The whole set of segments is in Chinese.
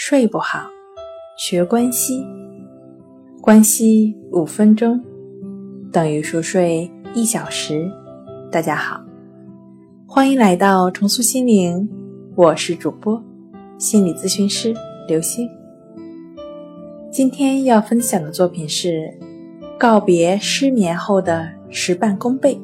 睡不好，学关息。关息5分钟等于熟睡1小时。大家好，欢迎来到重塑心灵，我是主播心理咨询师刘星。今天要分享的作品是告别失眠后的事半功倍。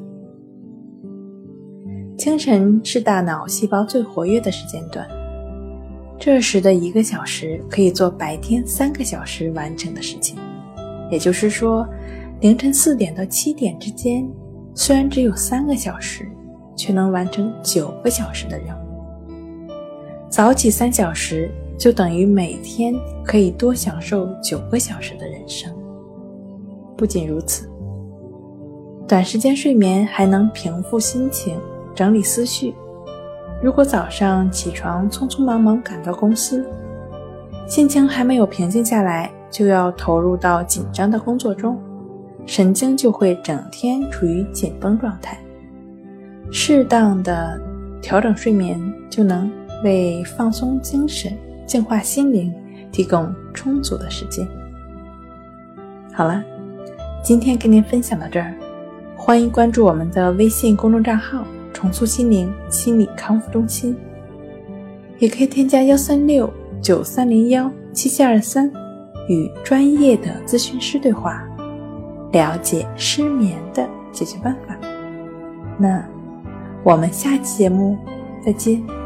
清晨是大脑细胞最活跃的时间段，这时的1个小时可以做白天3个小时完成的事情。也就是说，凌晨4点到7点之间，虽然只有3个小时，却能完成9个小时的任务。早起3小时，就等于每天可以多享受9个小时的人生。不仅如此，短时间睡眠还能平复心情，整理思绪。如果早上起床匆匆忙忙赶到公司，心情还没有平静下来，就要投入到紧张的工作中，神经就会整天处于紧绷状态。适当的调整睡眠，就能为放松精神、净化心灵提供充足的时间。好了，今天跟您分享到这儿，欢迎关注我们的微信公众账号重塑心灵心理康复中心，也可以添加136-9301-7723与专业的咨询师对话，了解失眠的解决办法。那我们下期节目再见。